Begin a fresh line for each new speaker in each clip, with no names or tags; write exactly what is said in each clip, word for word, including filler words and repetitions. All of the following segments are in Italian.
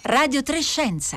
Radio tre Scienza.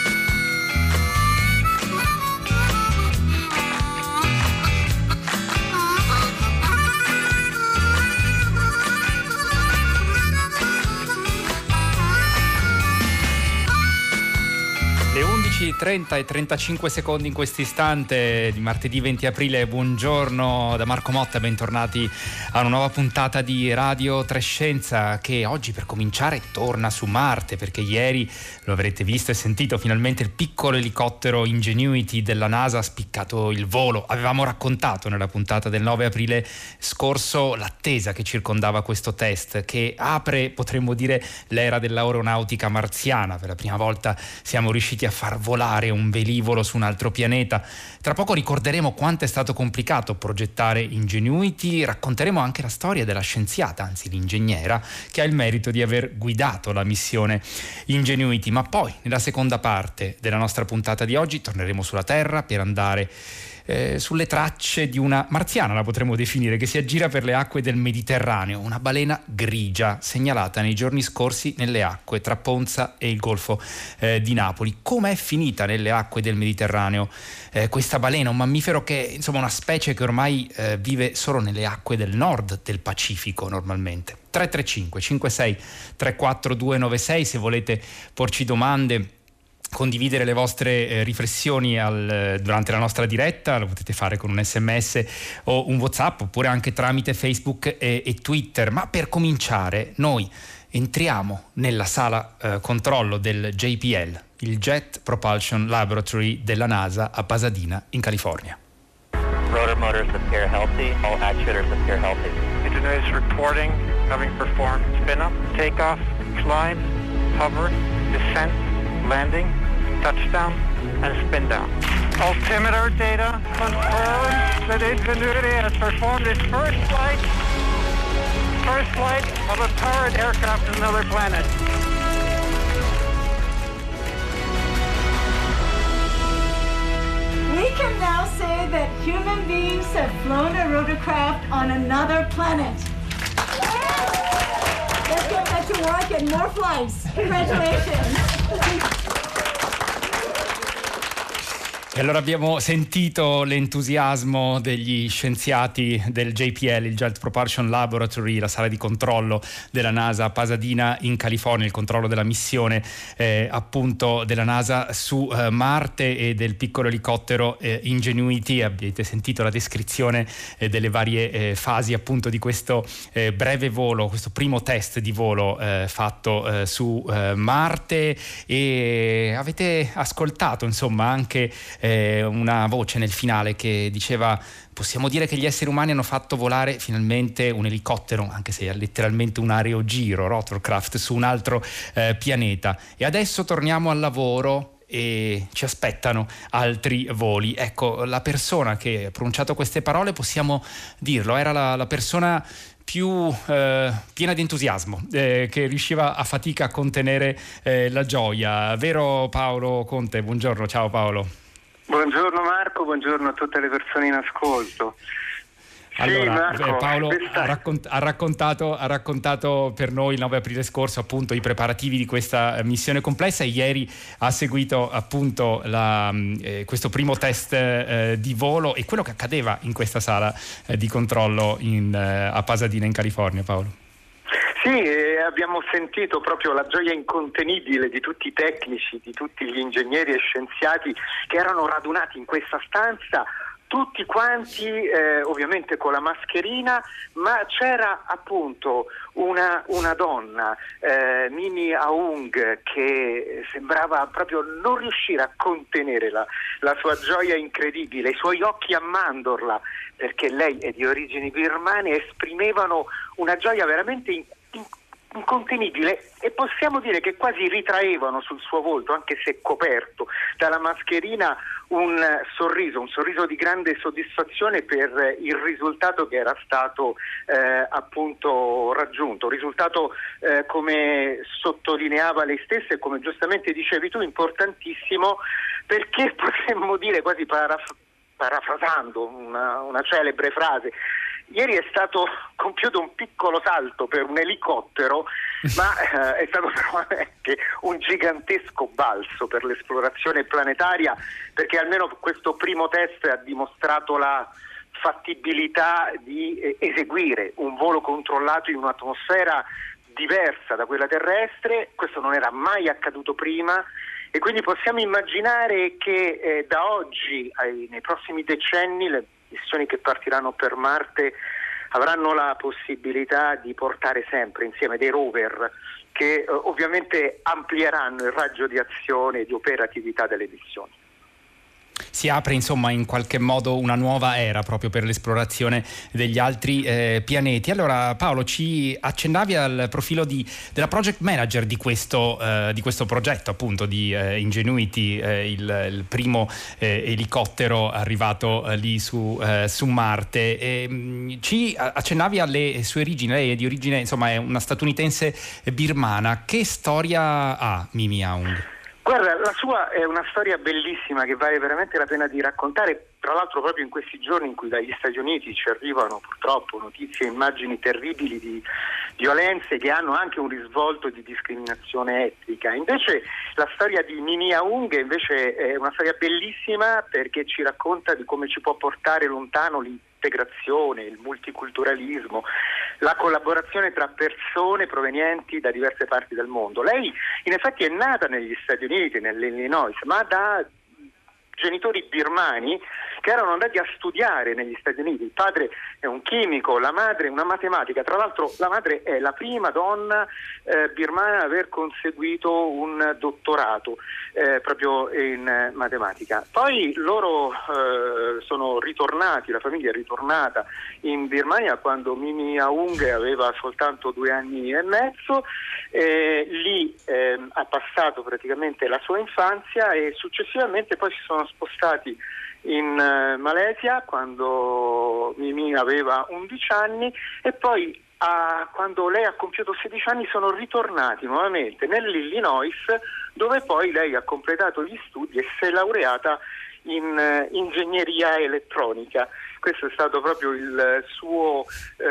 trenta e trentacinque secondi in questo istante di martedì venti aprile. Buongiorno da Marco Motta, bentornati a una nuova puntata di Radio tre Scienza, che oggi per cominciare torna su Marte, perché ieri lo avrete visto e sentito, finalmente il piccolo elicottero Ingenuity della NASA ha spiccato il volo. Avevamo raccontato nella puntata del nove aprile scorso l'attesa che circondava questo test, che apre, potremmo dire, l'era dell'aeronautica marziana. Per la prima volta siamo riusciti a far volare un velivolo su un altro pianeta. Tra poco ricorderemo quanto è stato complicato progettare Ingenuity, racconteremo anche la storia della scienziata, anzi l'ingegnera, che ha il merito di aver guidato la missione Ingenuity. Ma poi, nella seconda parte della nostra puntata di oggi, torneremo sulla Terra per andare Eh, sulle tracce di una marziana, la potremmo definire, che si aggira per le acque del Mediterraneo, una balena grigia segnalata nei giorni scorsi nelle acque tra Ponza e il Golfo eh, di Napoli. Come è finita nelle acque del Mediterraneo eh, questa balena, un mammifero che, insomma, una specie che ormai eh, vive solo nelle acque del nord del Pacifico normalmente. tre tre cinque cinque sei tre quattro due nove sei se volete porci domande, condividere le vostre eh, riflessioni al, durante la nostra diretta, lo potete fare con un sms o un WhatsApp, oppure anche tramite Facebook e, e Twitter. Ma per cominciare noi entriamo nella sala eh, controllo del J P L, il Jet Propulsion Laboratory della NASA a Pasadena in California.
Rotor motors appear healthy, all actuators appear healthy.
Engineers reporting having performed spin-up, takeoff, climb, hover, descent, landing, touchdown, and spin down. Altimeter data confirms that Ingenuity has performed its first flight, first flight of a powered aircraft to another planet.
We can now say that human beings have flown a rotorcraft on another planet. Let's get back to work and more flights. Congratulations.
E allora abbiamo sentito l'entusiasmo degli scienziati del J P L, il Jet Propulsion Laboratory, la sala di controllo della NASA a Pasadena in California, il controllo della missione eh, appunto della NASA su eh, Marte e del piccolo elicottero eh, Ingenuity. Avete sentito la descrizione eh, delle varie eh, fasi appunto di questo eh, breve volo, questo primo test di volo eh, fatto eh, su eh, Marte, e avete ascoltato insomma anche eh, una voce nel finale che diceva: possiamo dire che gli esseri umani hanno fatto volare finalmente un elicottero, anche se è letteralmente un aerogiro, rotorcraft, su un altro eh, pianeta. E adesso torniamo al lavoro e ci aspettano altri voli. Ecco, la persona che ha pronunciato queste parole, possiamo dirlo, era la, la persona più eh, piena di entusiasmo, eh, che riusciva a fatica a contenere eh, la gioia. Vero Paolo Conte? Buongiorno, ciao Paolo.
Buongiorno Marco, buongiorno a tutte le persone in ascolto.
Allora,
sì, Marco,
eh, Paolo
questa...
ha, raccont- ha, raccontato, ha raccontato per noi il nove aprile scorso appunto i preparativi di questa missione complessa, e ieri ha seguito appunto la, eh, questo primo test eh, di volo e quello che accadeva in questa sala eh, di controllo in, eh, a Pasadena in California. Paolo.
Sì, eh, abbiamo sentito proprio la gioia incontenibile di tutti i tecnici, di tutti gli ingegneri e scienziati che erano radunati in questa stanza, tutti quanti eh, ovviamente con la mascherina, ma c'era appunto una, una donna, eh, Mimi Aung, che sembrava proprio non riuscire a contenere la, la sua gioia incredibile, i suoi occhi a mandorla, perché lei è di origini birmane, esprimevano una gioia veramente in, in, incontenibile, e possiamo dire che quasi ritraevano sul suo volto, anche se coperto dalla mascherina, un sorriso, un sorriso di grande soddisfazione per il risultato che era stato eh, appunto raggiunto, un risultato eh, come sottolineava lei stessa e come giustamente dicevi tu, importantissimo, perché potremmo dire, quasi paraf- parafrasando una, una celebre frase, ieri è stato compiuto un piccolo salto per un elicottero, ma eh, è stato però anche un gigantesco balzo per l'esplorazione planetaria, perché almeno questo primo test ha dimostrato la fattibilità di eh, eseguire un volo controllato in un'atmosfera diversa da quella terrestre. Questo non era mai accaduto prima, e quindi possiamo immaginare che eh, da oggi ai, nei prossimi decenni le missioni che partiranno per Marte avranno la possibilità di portare sempre insieme dei rover che eh, ovviamente amplieranno il raggio di azione e di operatività delle missioni.
Si apre insomma in qualche modo una nuova era proprio per l'esplorazione degli altri eh, pianeti. Allora Paolo, ci accennavi al profilo di, della project manager di questo, eh, di questo progetto appunto di eh, Ingenuity, eh, il, il primo eh, elicottero arrivato eh, lì su, eh, su Marte. E, mh, ci accennavi alle sue origini. Lei è di origine, insomma è una statunitense birmana. Che storia ha Mimi Aung?
Guarda, la sua è una storia bellissima che vale veramente la pena di raccontare, tra l'altro proprio in questi giorni in cui dagli Stati Uniti ci arrivano purtroppo notizie e immagini terribili di violenze che hanno anche un risvolto di discriminazione etnica. Invece la storia di Mimi Aung invece è una storia bellissima, perché ci racconta di come ci può portare lontano l'integrazione, il multiculturalismo, la collaborazione tra persone provenienti da diverse parti del mondo. Lei in effetti è nata negli Stati Uniti, nell'Illinois, ma da genitori birmani che erano andati a studiare negli Stati Uniti. Il padre è un chimico, la madre è una matematica. Tra l'altro la madre è la prima donna eh, birmana ad aver conseguito un dottorato eh, proprio in eh, matematica. Poi loro eh, sono ritornati, la famiglia è ritornata in Birmania quando Mimi Aung aveva soltanto due anni e mezzo. Eh, lì eh, ha passato praticamente la sua infanzia e successivamente poi si sono spostati in uh, Malesia quando Mimi aveva undici anni, e poi a, quando lei ha compiuto sedici anni sono ritornati nuovamente nell'Illinois, dove poi lei ha completato gli studi e si è laureata in uh, ingegneria elettronica. Questo è stato proprio il suo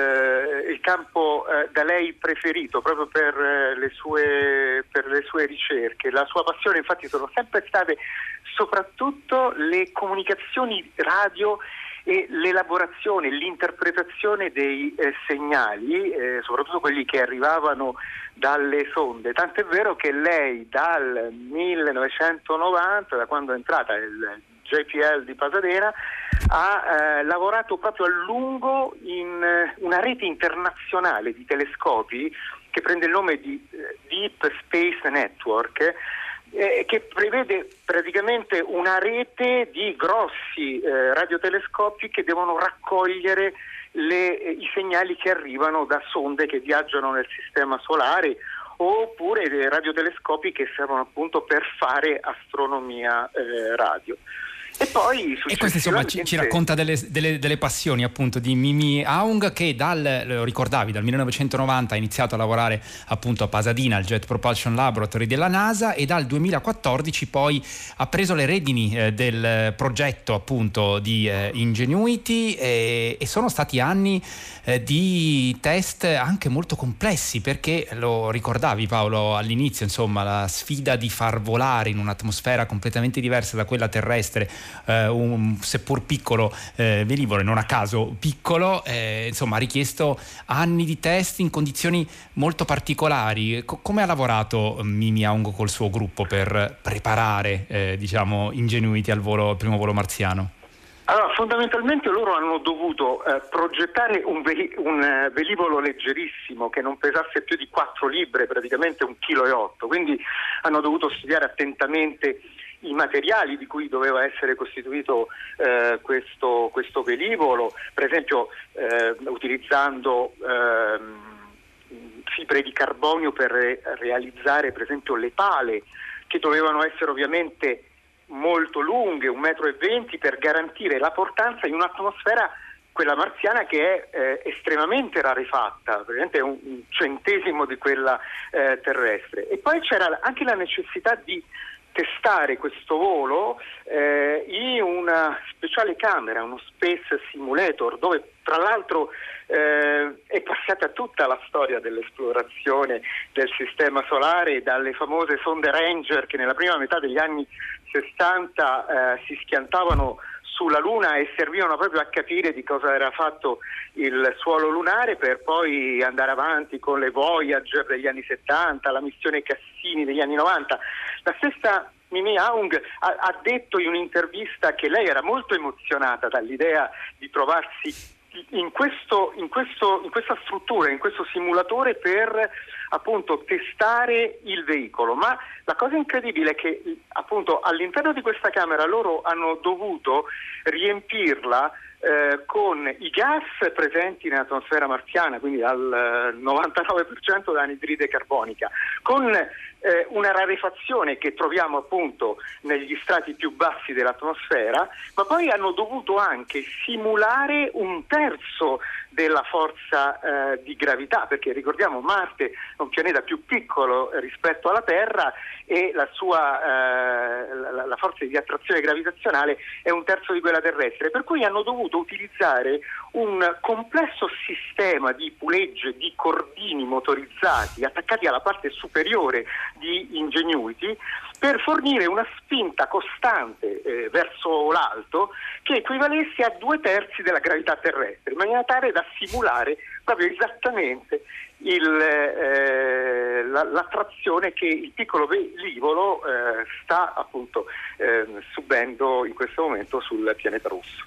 eh, il campo eh, da lei preferito, proprio per, eh, le sue, per le sue ricerche. La sua passione infatti sono sempre state soprattutto le comunicazioni radio e l'elaborazione, l'interpretazione dei eh, segnali, eh, soprattutto quelli che arrivavano dalle sonde. Tant'è vero che lei dal millenovecentonovanta, da quando è entrata il J P L di Pasadena, ha eh, lavorato proprio a lungo in eh, una rete internazionale di telescopi che prende il nome di eh, Deep Space Network, eh, che prevede praticamente una rete di grossi eh, radiotelescopi che devono raccogliere le, eh, i segnali che arrivano da sonde che viaggiano nel sistema solare, oppure dei radiotelescopi che servono appunto per fare astronomia eh, radio. E poi
e questo insomma ci, ci racconta delle, delle, delle passioni appunto di Mimi Aung, che dal, lo ricordavi, dal millenovecentonovanta ha iniziato a lavorare appunto a Pasadena al Jet Propulsion Laboratory della NASA, e dal duemilaquattordici poi ha preso le redini eh, del progetto appunto di eh, Ingenuity, e, e sono stati anni eh, di test anche molto complessi, perché lo ricordavi Paolo all'inizio, insomma la sfida di far volare in un'atmosfera completamente diversa da quella terrestre Uh, un seppur piccolo eh, velivolo, non a caso piccolo, eh, insomma ha richiesto anni di test in condizioni molto particolari. Co- come ha lavorato Mimi Aung col suo gruppo per preparare eh, diciamo Ingenuity al volo, al primo volo marziano?
Allora, fondamentalmente loro hanno dovuto eh, progettare un, ve- un uh, velivolo leggerissimo che non pesasse più di quattro libbre, praticamente un chilo e otto, quindi hanno dovuto studiare attentamente i materiali di cui doveva essere costituito eh, questo, questo velivolo, per esempio eh, utilizzando eh, fibre di carbonio per re- realizzare per esempio le pale, che dovevano essere ovviamente molto lunghe, un metro e venti, per garantire la portanza in un'atmosfera, quella marziana, che è eh, estremamente rarefatta, praticamente è un, un centesimo di quella eh, terrestre. E poi c'era anche la necessità di testare questo volo eh, in una speciale camera, uno Space Simulator, dove tra l'altro eh, è passata tutta la storia dell'esplorazione del sistema solare, dalle famose sonde Ranger che nella prima metà degli anni sessanta eh, si schiantavano sulla Luna e servivano proprio a capire di cosa era fatto il suolo lunare, per poi andare avanti con le Voyager degli anni settanta, la missione Cassini degli anni novanta. La stessa Mimi Aung ha, ha detto in un'intervista che lei era molto emozionata dall'idea di trovarsi in questo, in questo, in questa struttura, in questo simulatore per appunto testare il veicolo. Ma la cosa incredibile è che appunto all'interno di questa camera loro hanno dovuto riempirla eh, con i gas presenti nell'atmosfera marziana, quindi al novantanove per cento da anidride carbonica, con eh, una rarefazione che troviamo appunto negli strati più bassi dell'atmosfera, ma poi hanno dovuto anche simulare un terzo della forza eh, di gravità, perché ricordiamo Marte è un pianeta più piccolo rispetto alla Terra e la sua eh, la, la forza di attrazione gravitazionale è un terzo di quella terrestre, per cui hanno dovuto utilizzare un complesso sistema di pulegge, di cordini motorizzati attaccati alla parte superiore di Ingenuity per fornire una spinta costante eh, verso l'alto che equivalesse a due terzi della gravità terrestre, in maniera tale da simulare proprio esattamente il, eh, la, l'attrazione che il piccolo velivolo eh, sta appunto eh, subendo in questo momento sul pianeta rosso.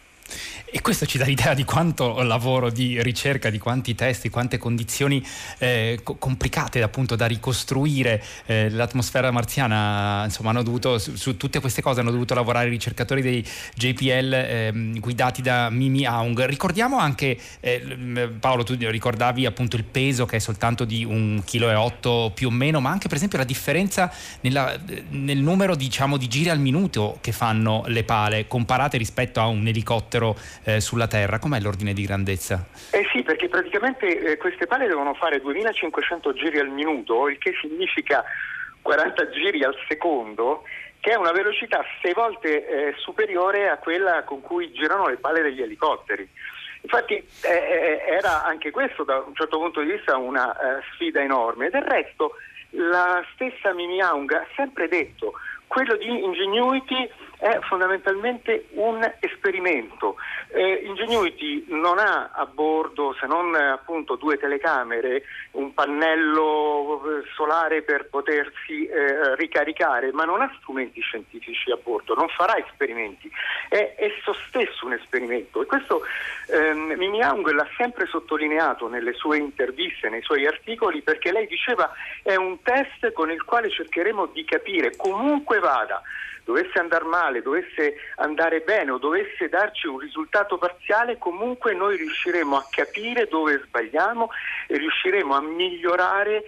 E questo ci dà l'idea di quanto lavoro di ricerca, di quanti test, di quante condizioni eh, co- complicate appunto da ricostruire eh, l'atmosfera marziana. Insomma, hanno dovuto su, su tutte queste cose hanno dovuto lavorare i ricercatori dei J P L eh, guidati da Mimi Aung. Ricordiamo anche eh, Paolo, tu ricordavi appunto il peso che è soltanto di un chilo e otto più o meno, ma anche per esempio la differenza nella, nel numero diciamo di giri al minuto che fanno le pale comparate rispetto a un elicottero Eh, sulla Terra. Com'è l'ordine di grandezza?
Eh sì, perché praticamente eh, queste pale devono fare duemilacinquecento giri al minuto, il che significa quaranta giri al secondo, che è una velocità sei volte eh, superiore a quella con cui girano le pale degli elicotteri. Infatti eh, era anche questo da un certo punto di vista una eh, sfida enorme. Del resto la stessa Mimi Aung ha sempre detto: quello di Ingenuity è fondamentalmente un esperimento. Eh, Ingenuity non ha a bordo, se non eh, appunto due telecamere, un pannello solare per potersi eh, ricaricare, ma non ha strumenti scientifici a bordo, non farà esperimenti. È esso stesso un esperimento, e questo ehm, Mimi Aung l'ha sempre sottolineato nelle sue interviste, nei suoi articoli, perché lei diceva: è un test con il quale cercheremo di capire, comunque vada, dovesse andare male, dovesse andare bene o dovesse darci un risultato parziale, comunque noi riusciremo a capire dove sbagliamo e riusciremo a migliorare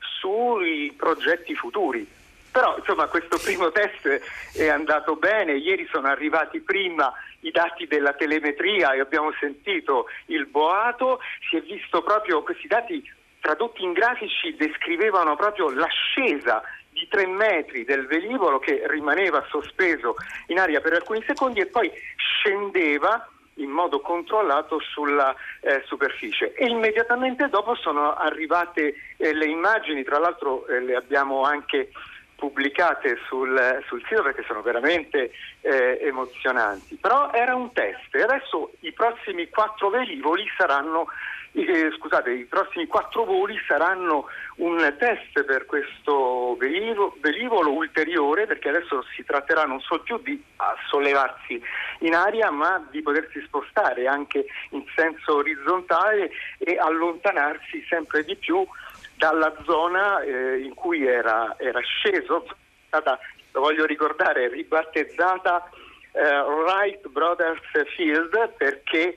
sui progetti futuri. Però insomma questo primo test è andato bene, ieri sono arrivati prima i dati della telemetria e abbiamo sentito il boato, si è visto proprio questi dati tradotti in grafici, descrivevano proprio l'ascesa di tre metri del velivolo che rimaneva sospeso in aria per alcuni secondi e poi scendeva in modo controllato sulla eh, superficie, e immediatamente dopo sono arrivate eh, le immagini, tra l'altro eh, le abbiamo anche pubblicate sul, sul sito perché sono veramente eh, emozionanti. Però era un test e adesso i prossimi quattro velivoli saranno Eh, scusate, i prossimi quattro voli saranno un test per questo velivolo, velivolo ulteriore, perché adesso si tratterà non solo più di sollevarsi in aria, ma di potersi spostare anche in senso orizzontale e allontanarsi sempre di più dalla zona eh, in cui era, era sceso. È stata, lo voglio ricordare, ribattezzata eh, Wright Brothers Field, perché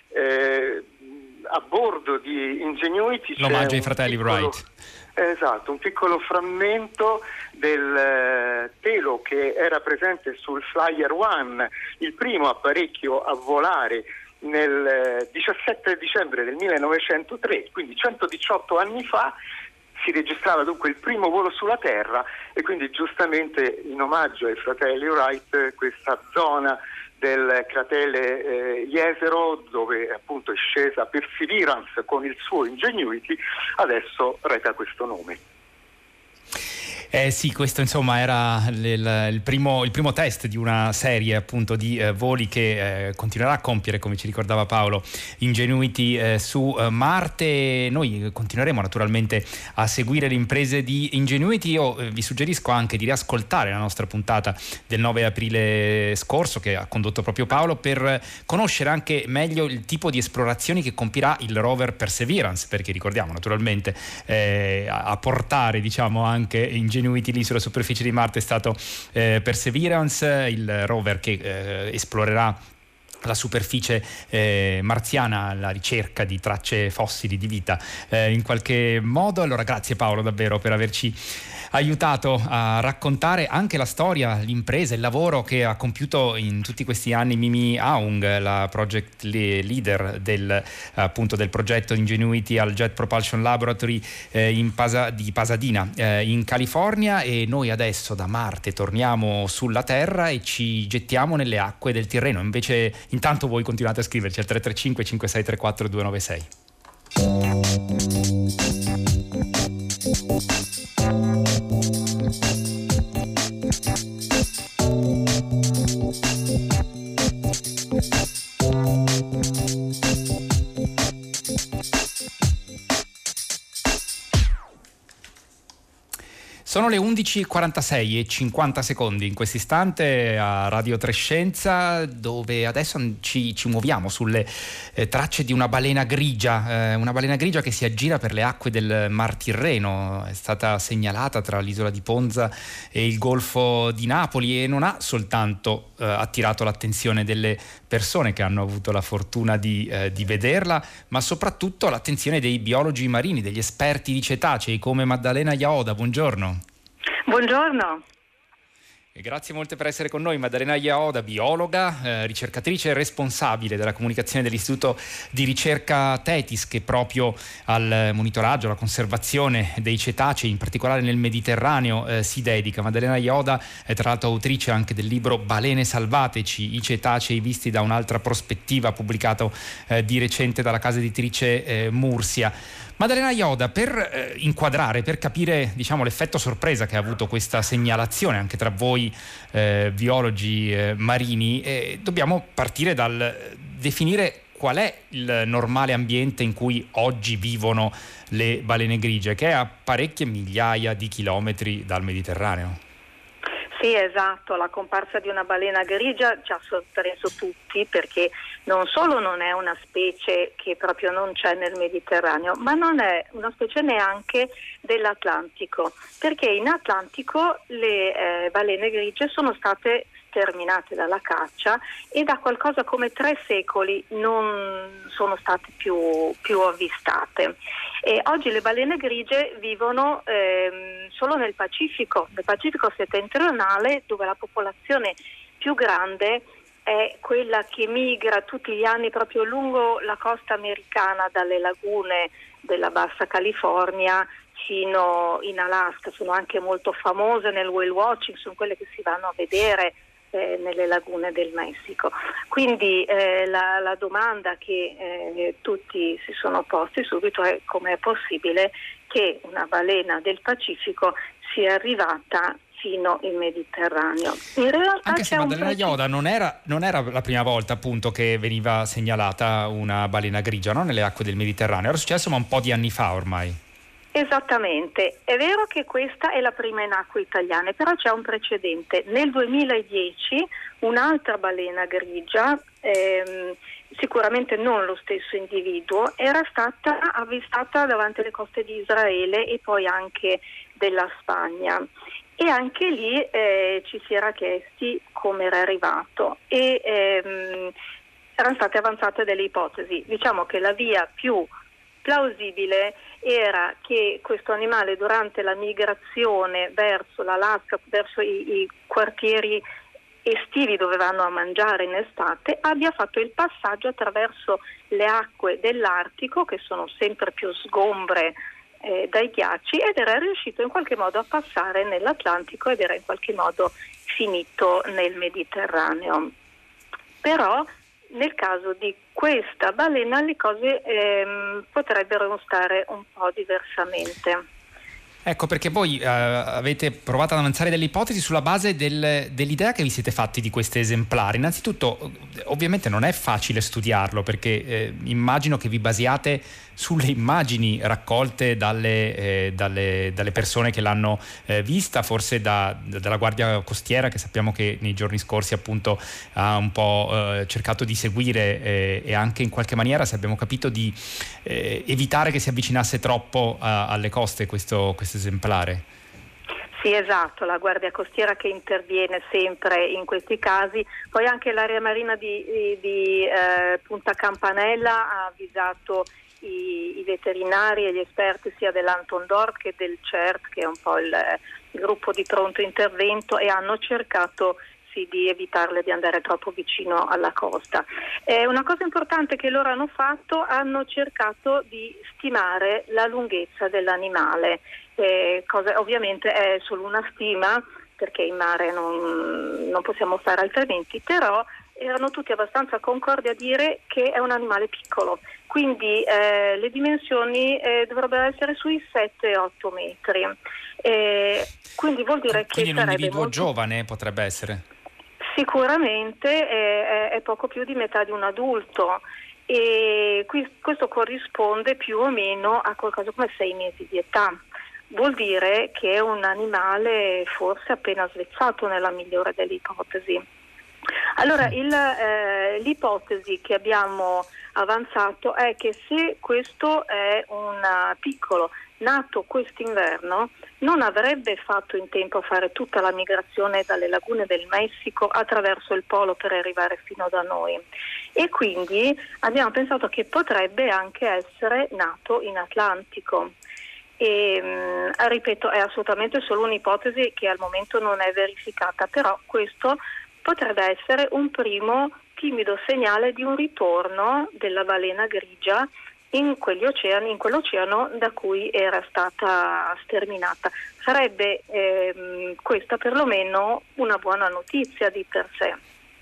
eh, a bordo di Ingenuity
l'omaggio
c'è
ai fratelli
piccolo,
Wright.
Esatto, un piccolo frammento del eh, telo che era presente sul Flyer One, il primo apparecchio a volare nel eh, diciassette dicembre del millenovecentotre, quindi centodiciotto anni fa. Si registrava dunque il primo volo sulla Terra e quindi giustamente in omaggio ai fratelli Wright questa zona del cratere eh, Jezero, dove appunto è scesa Perseverance con il suo Ingenuity, adesso reca questo nome.
Eh sì, questo insomma era il, il, primo, il primo test di una serie appunto di eh, voli che eh, continuerà a compiere, come ci ricordava Paolo, Ingenuity eh, su eh, Marte. Noi continueremo naturalmente a seguire le imprese di Ingenuity. Io eh, vi suggerisco anche di riascoltare la nostra puntata del nove aprile scorso che ha condotto proprio Paolo, per conoscere anche meglio il tipo di esplorazioni che compirà il rover Perseverance, perché ricordiamo naturalmente eh, a portare diciamo anche Ingenuity lì sulla superficie di Marte è stato eh, Perseverance, il rover che eh, esplorerà la superficie eh, marziana alla ricerca di tracce fossili di vita eh, in qualche modo. Allora grazie Paolo davvero per averci aiutato a raccontare anche la storia, l'impresa, il lavoro che ha compiuto in tutti questi anni Mimi Aung, la project leader del, appunto, del progetto Ingenuity al Jet Propulsion Laboratory eh, in Pasa, di Pasadena eh, in California. E noi adesso da Marte torniamo sulla Terra e ci gettiamo nelle acque del Tirreno. Invece intanto voi continuate a scriverci al tre tre cinque cinque sei tre quattro due nove sei. Sono le undici e quarantasei e cinquanta secondi in questo istante a Radio Trescenza, dove adesso ci, ci muoviamo sulle eh, tracce di una balena grigia, eh, una balena grigia che si aggira per le acque del Mar Tirreno. È stata segnalata tra l'isola di Ponza e il Golfo di Napoli e non ha soltanto eh, attirato l'attenzione delle persone che hanno avuto la fortuna di, eh, di vederla, ma soprattutto l'attenzione dei biologi marini, degli esperti di cetacei come Maddalena Jaoda. Buongiorno.
Buongiorno.
E grazie molte per essere con noi. Maddalena Jaoda, biologa, eh, ricercatrice e responsabile della comunicazione dell'Istituto di Ricerca Tetis, che proprio al monitoraggio, alla conservazione dei cetacei, in particolare nel Mediterraneo, eh, si dedica. Maddalena Jaoda è tra l'altro autrice anche del libro Balene salvateci, i cetacei visti da un'altra prospettiva, pubblicato eh, di recente dalla casa editrice eh, Mursia. Maddalena Jaoda, per eh, inquadrare, per capire diciamo l'effetto sorpresa che ha avuto questa segnalazione anche tra voi eh, biologi eh, marini, eh, dobbiamo partire dal definire qual è il normale ambiente in cui oggi vivono le balene grigie, che è a parecchie migliaia di chilometri dal Mediterraneo.
Sì, esatto, la comparsa di una balena grigia ci ha sorpreso tutti, perché non solo non è una specie che proprio non c'è nel Mediterraneo, ma non è una specie neanche dell'Atlantico, perché in Atlantico le eh, balene grigie sono state sterminate dalla caccia e da qualcosa come tre secoli non sono state più, più avvistate. E oggi le balene grigie vivono ehm, solo nel Pacifico, nel Pacifico settentrionale, dove la popolazione più grande è quella che migra tutti gli anni proprio lungo la costa americana, dalle lagune della Bassa California fino in Alaska. Sono anche molto famose nel whale watching, sono quelle che si vanno a vedere eh, nelle lagune del Messico. Quindi eh, la, la domanda che eh, tutti si sono posti subito è: come è possibile che una balena del Pacifico sia arrivata fino in Mediterraneo? In realtà
anche se Maddalena un... Jaoda non era, non era la prima volta appunto che veniva segnalata una balena grigia, no? Nelle acque del Mediterraneo, era successo ma un po' di anni fa ormai.
Esattamente, è vero che questa è la prima in acque italiane, però c'è un precedente. Nel duemiladieci un'altra balena grigia, ehm, sicuramente non lo stesso individuo, era stata avvistata davanti alle coste di Israele e poi anche della Spagna. E anche lì eh, ci si era chiesti come era arrivato e ehm, erano state avanzate delle ipotesi. Diciamo che la via più plausibile era che questo animale, durante la migrazione verso l'Alaska, verso i, i quartieri estivi dove vanno a mangiare in estate, abbia fatto il passaggio attraverso le acque dell'Artico, che sono sempre più sgombre eh, dai ghiacci ed era riuscito in qualche modo a passare nell'Atlantico ed era in qualche modo finito nel Mediterraneo. Però nel caso di questa balena le cose ehm, potrebbero stare un po' diversamente.
Ecco perché voi eh, avete provato ad avanzare delle ipotesi sulla base del, dell'idea che vi siete fatti di questi esemplari. Innanzitutto, ovviamente non è facile studiarlo perché eh, immagino che vi basiate sulle immagini raccolte dalle, eh, dalle, dalle persone che l'hanno eh, vista, forse da, dalla Guardia Costiera, che sappiamo che nei giorni scorsi appunto ha un po' eh, cercato di seguire eh, e anche in qualche maniera, se abbiamo capito, di eh, evitare che si avvicinasse troppo a, alle coste questo, questo esemplare.
Sì, esatto, la Guardia Costiera che interviene sempre in questi casi, poi anche l'area marina di, di, di eh, Punta Campanella ha avvisato i, i veterinari e gli esperti sia dell'Anton Dorf che del C E R T, che è un po' il, il gruppo di pronto intervento, e hanno cercato sì, di evitarle di andare troppo vicino alla costa. Eh, una cosa importante che loro hanno fatto, hanno cercato di stimare la lunghezza dell'animale. Eh, cosa, ovviamente è solo una stima perché in mare non, non possiamo fare altrimenti, però erano tutti abbastanza concordi a dire che è un animale piccolo, quindi eh, le dimensioni eh, dovrebbero essere sui sette otto metri, eh, quindi vuol dire
quindi
che
un
sarebbe
individuo
molto...
giovane potrebbe essere?
Sicuramente è, è poco più di metà di un adulto e qui, questo corrisponde più o meno a qualcosa come sei mesi di età. Vuol dire che è un animale forse appena svezzato nella migliore delle ipotesi. Allora il, eh, l'ipotesi che abbiamo avanzato è che se questo è un piccolo nato quest'inverno non avrebbe fatto in tempo a fare tutta la migrazione dalle lagune del Messico attraverso il polo per arrivare fino da noi, e quindi abbiamo pensato che potrebbe anche essere nato in Atlantico. E, mh, ripeto, è assolutamente solo un'ipotesi che al momento non è verificata, però questo potrebbe essere un primo timido segnale di un ritorno della balena grigia in quegli oceani, in quell'oceano da cui era stata sterminata. Sarebbe ehm, questa perlomeno una buona notizia di per sé.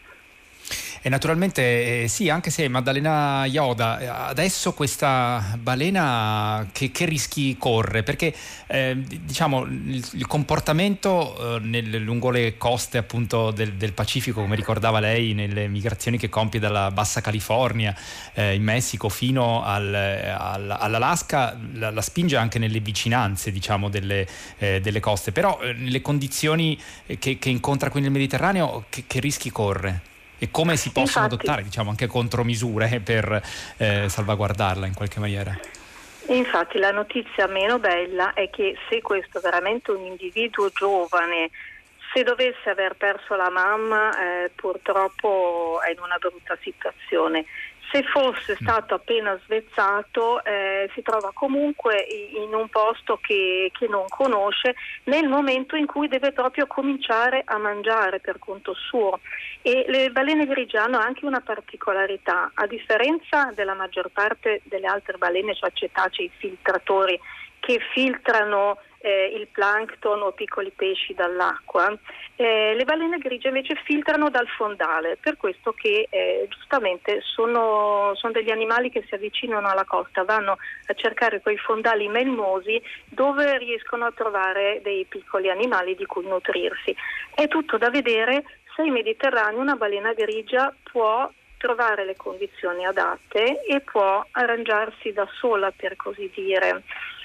E naturalmente eh, sì, anche se Maddalena Ioda, adesso questa balena che, che rischi corre? Perché eh, diciamo il, il comportamento eh, nel, lungo le coste appunto del, del Pacifico, come ricordava lei, nelle migrazioni che compie dalla Bassa California eh, in Messico fino al, al, all'Alaska, la, la spinge anche nelle vicinanze diciamo delle, eh, delle coste, però eh, nelle condizioni che, che incontra qui nel Mediterraneo che, che rischi corre? E come si possono
Infatti,
adottare diciamo anche contromisure per eh, salvaguardarla in qualche maniera?
Infatti la notizia meno bella è che se questo è veramente un individuo giovane, se dovesse aver perso la mamma eh, purtroppo è in una brutta situazione. Se fosse stato appena svezzato eh, si trova comunque in un posto che, che non conosce nel momento in cui deve proprio cominciare a mangiare per conto suo. E le balene grigie hanno anche una particolarità, a differenza della maggior parte delle altre balene, cioè cetacei filtratori, che filtrano eh, il plancton o piccoli pesci dall'acqua, eh, le balene grigie invece filtrano dal fondale, per questo che eh, giustamente sono, sono degli animali che si avvicinano alla costa, vanno a cercare quei fondali melmosi dove riescono a trovare dei piccoli animali di cui nutrirsi. È tutto da vedere se in Mediterraneo una balena grigia può trovare le condizioni adatte e può arrangiarsi da sola, per così dire.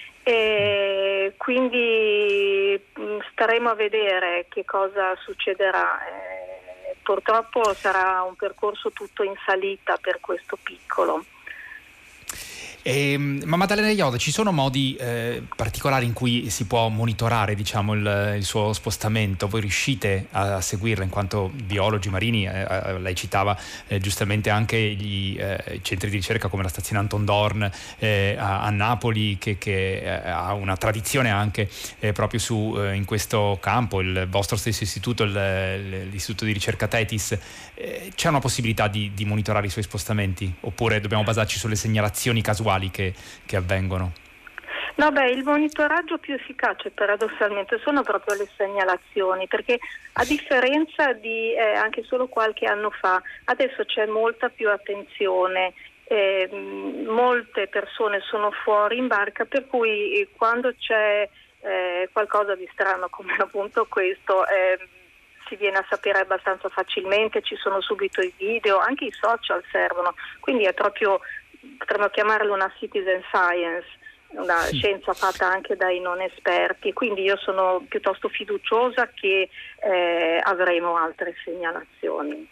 E quindi staremo a vedere che cosa succederà. Eh, purtroppo sarà un percorso tutto in salita per questo piccolo.
E, ma Maddalena Ioda, ci sono modi eh, particolari in cui si può monitorare diciamo, il, il suo spostamento? Voi riuscite a seguirla in quanto biologi marini? Eh, lei citava eh, giustamente anche gli eh, centri di ricerca come la stazione Anton Dorn eh, a, a Napoli che, che eh, ha una tradizione anche eh, proprio su, eh, in questo campo, il vostro stesso istituto, il, l'istituto di ricerca Thetis. Eh, c'è una possibilità di, di monitorare i suoi spostamenti oppure dobbiamo basarci sulle segnalazioni casuali Che, che avvengono?
No, beh, il monitoraggio più efficace paradossalmente sono proprio le segnalazioni, perché a differenza di eh, anche solo qualche anno fa, adesso c'è molta più attenzione, eh, molte persone sono fuori in barca, per cui eh, quando c'è eh, qualcosa di strano come appunto questo, eh, si viene a sapere abbastanza facilmente, ci sono subito i video, anche i social servono, quindi è proprio, potremmo chiamarlo una citizen science, una sì. scienza fatta anche dai non esperti, quindi io sono piuttosto fiduciosa che eh, avremo altre segnalazioni.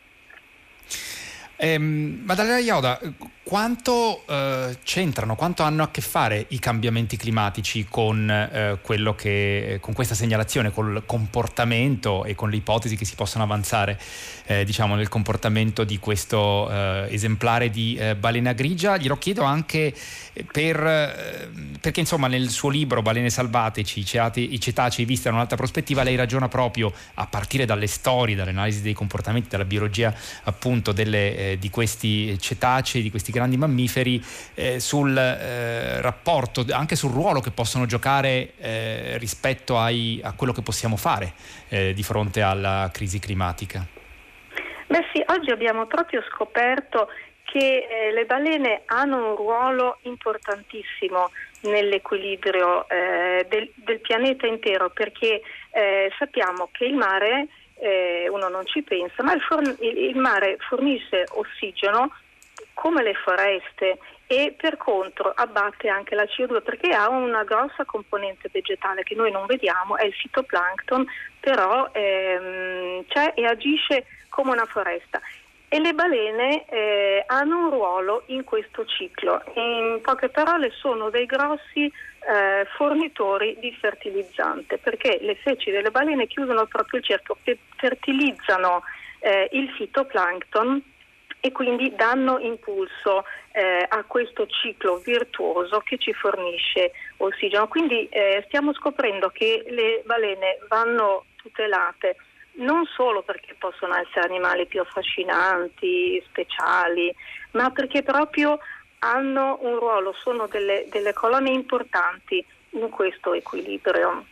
Eh, Maddalena Ioda, quanto eh, c'entrano, quanto hanno a che fare i cambiamenti climatici con eh, quello che, con questa segnalazione, col comportamento e con le ipotesi che si possono avanzare, eh, diciamo, nel comportamento di questo eh, esemplare di eh, balena grigia? Glielo chiedo anche per, eh, perché insomma nel suo libro Balene salvatici, i, ceati, i cetacei visti da un'altra prospettiva, lei ragiona proprio a partire dalle storie, dall'analisi dei comportamenti, dalla biologia appunto delle Eh, di questi cetacei, di questi grandi mammiferi, eh, sul eh, rapporto, anche sul ruolo che possono giocare eh, rispetto ai, a quello che possiamo fare eh, di fronte alla crisi climatica.
Beh sì, oggi abbiamo proprio scoperto che eh, le balene hanno un ruolo importantissimo nell'equilibrio eh, del, del pianeta intero, perché eh, sappiamo che il mare Eh, uno non ci pensa, ma il, forn- il mare fornisce ossigeno come le foreste e per contro abbatte anche la C O due, perché ha una grossa componente vegetale che noi non vediamo, è il fitoplancton, però ehm, c'è e agisce come una foresta. E le balene eh, hanno un ruolo in questo ciclo. In poche parole sono dei grossi eh, fornitori di fertilizzante, perché le feci delle balene chiudono proprio il cerchio, fertilizzano eh, il fitoplancton e quindi danno impulso eh, a questo ciclo virtuoso che ci fornisce ossigeno. Quindi eh, stiamo scoprendo che le balene vanno tutelate non solo perché possono essere animali più affascinanti, speciali, ma perché proprio hanno un ruolo, sono delle, delle colonne importanti in questo equilibrio.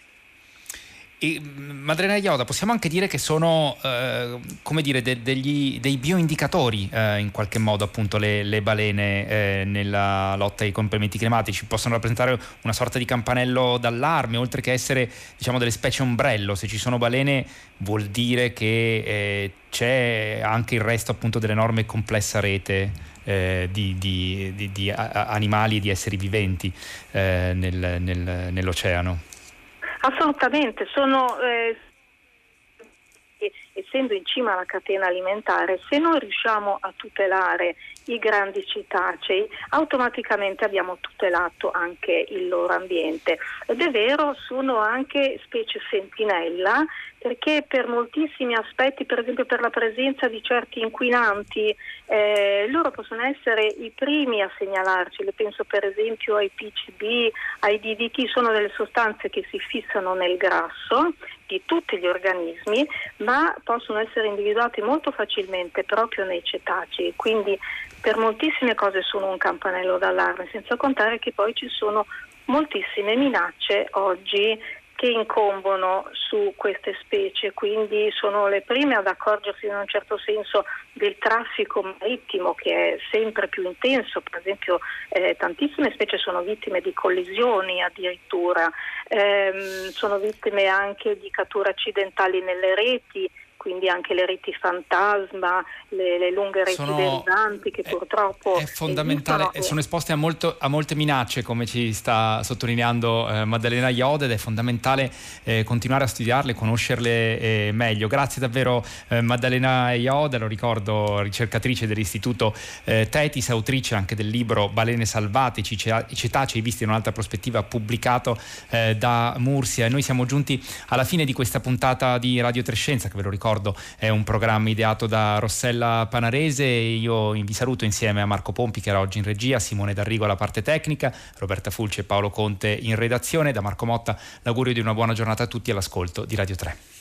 E, Maddalena Ioda, possiamo anche dire che sono eh, come dire de, degli, dei bioindicatori eh, in qualche modo, appunto, le, le balene eh, nella lotta ai cambiamenti climatici possono rappresentare una sorta di campanello d'allarme, oltre che essere, diciamo, delle specie ombrello. Se ci sono balene vuol dire che eh, c'è anche il resto, appunto, dell'enorme e complessa rete eh, di, di, di, di animali e di esseri viventi eh, nel, nel, nell'oceano.
Assolutamente, sono eh, essendo in cima alla catena alimentare, se non riusciamo a tutelare i grandi cetacei, automaticamente abbiamo tutelato anche il loro ambiente. Ed è vero, sono anche specie sentinella, perché per moltissimi aspetti, per esempio per la presenza di certi inquinanti, eh, loro possono essere i primi a segnalarci. Le penso per esempio ai P C B, ai D D T, sono delle sostanze che si fissano nel grasso di tutti gli organismi, ma possono essere individuati molto facilmente proprio nei cetacei, quindi per moltissime cose sono un campanello d'allarme, senza contare che poi ci sono moltissime minacce oggi che incombono su queste specie, quindi sono le prime ad accorgersi in un certo senso del traffico marittimo che è sempre più intenso. Per esempio eh, tantissime specie sono vittime di collisioni addirittura, ehm, sono vittime anche di catture accidentali nelle reti, quindi anche le reti fantasma, le, le lunghe reti sono, derivanti che è, purtroppo
è fondamentale,
esistono.
Sono esposte a, molto, a molte minacce, come ci sta sottolineando eh, Maddalena Ioda, ed è fondamentale eh, continuare a studiarle, conoscerle eh, meglio. Grazie davvero eh, Maddalena Ioda, lo ricordo, ricercatrice dell'Istituto eh, Tetis, autrice anche del libro Balene salvatici, i cetacei visti in un'altra prospettiva, pubblicato eh, da Mursia. E noi siamo giunti alla fine di questa puntata di Radio Trescenza, che ve lo ricordo è un programma ideato da Rossella Panarese. Io vi saluto insieme a Marco Pompi, che era oggi in regia, Simone D'Arrigo alla parte tecnica, Roberta Fulci e Paolo Conte in redazione. Da Marco Motta l'augurio di una buona giornata a tutti all'ascolto di Radio tre.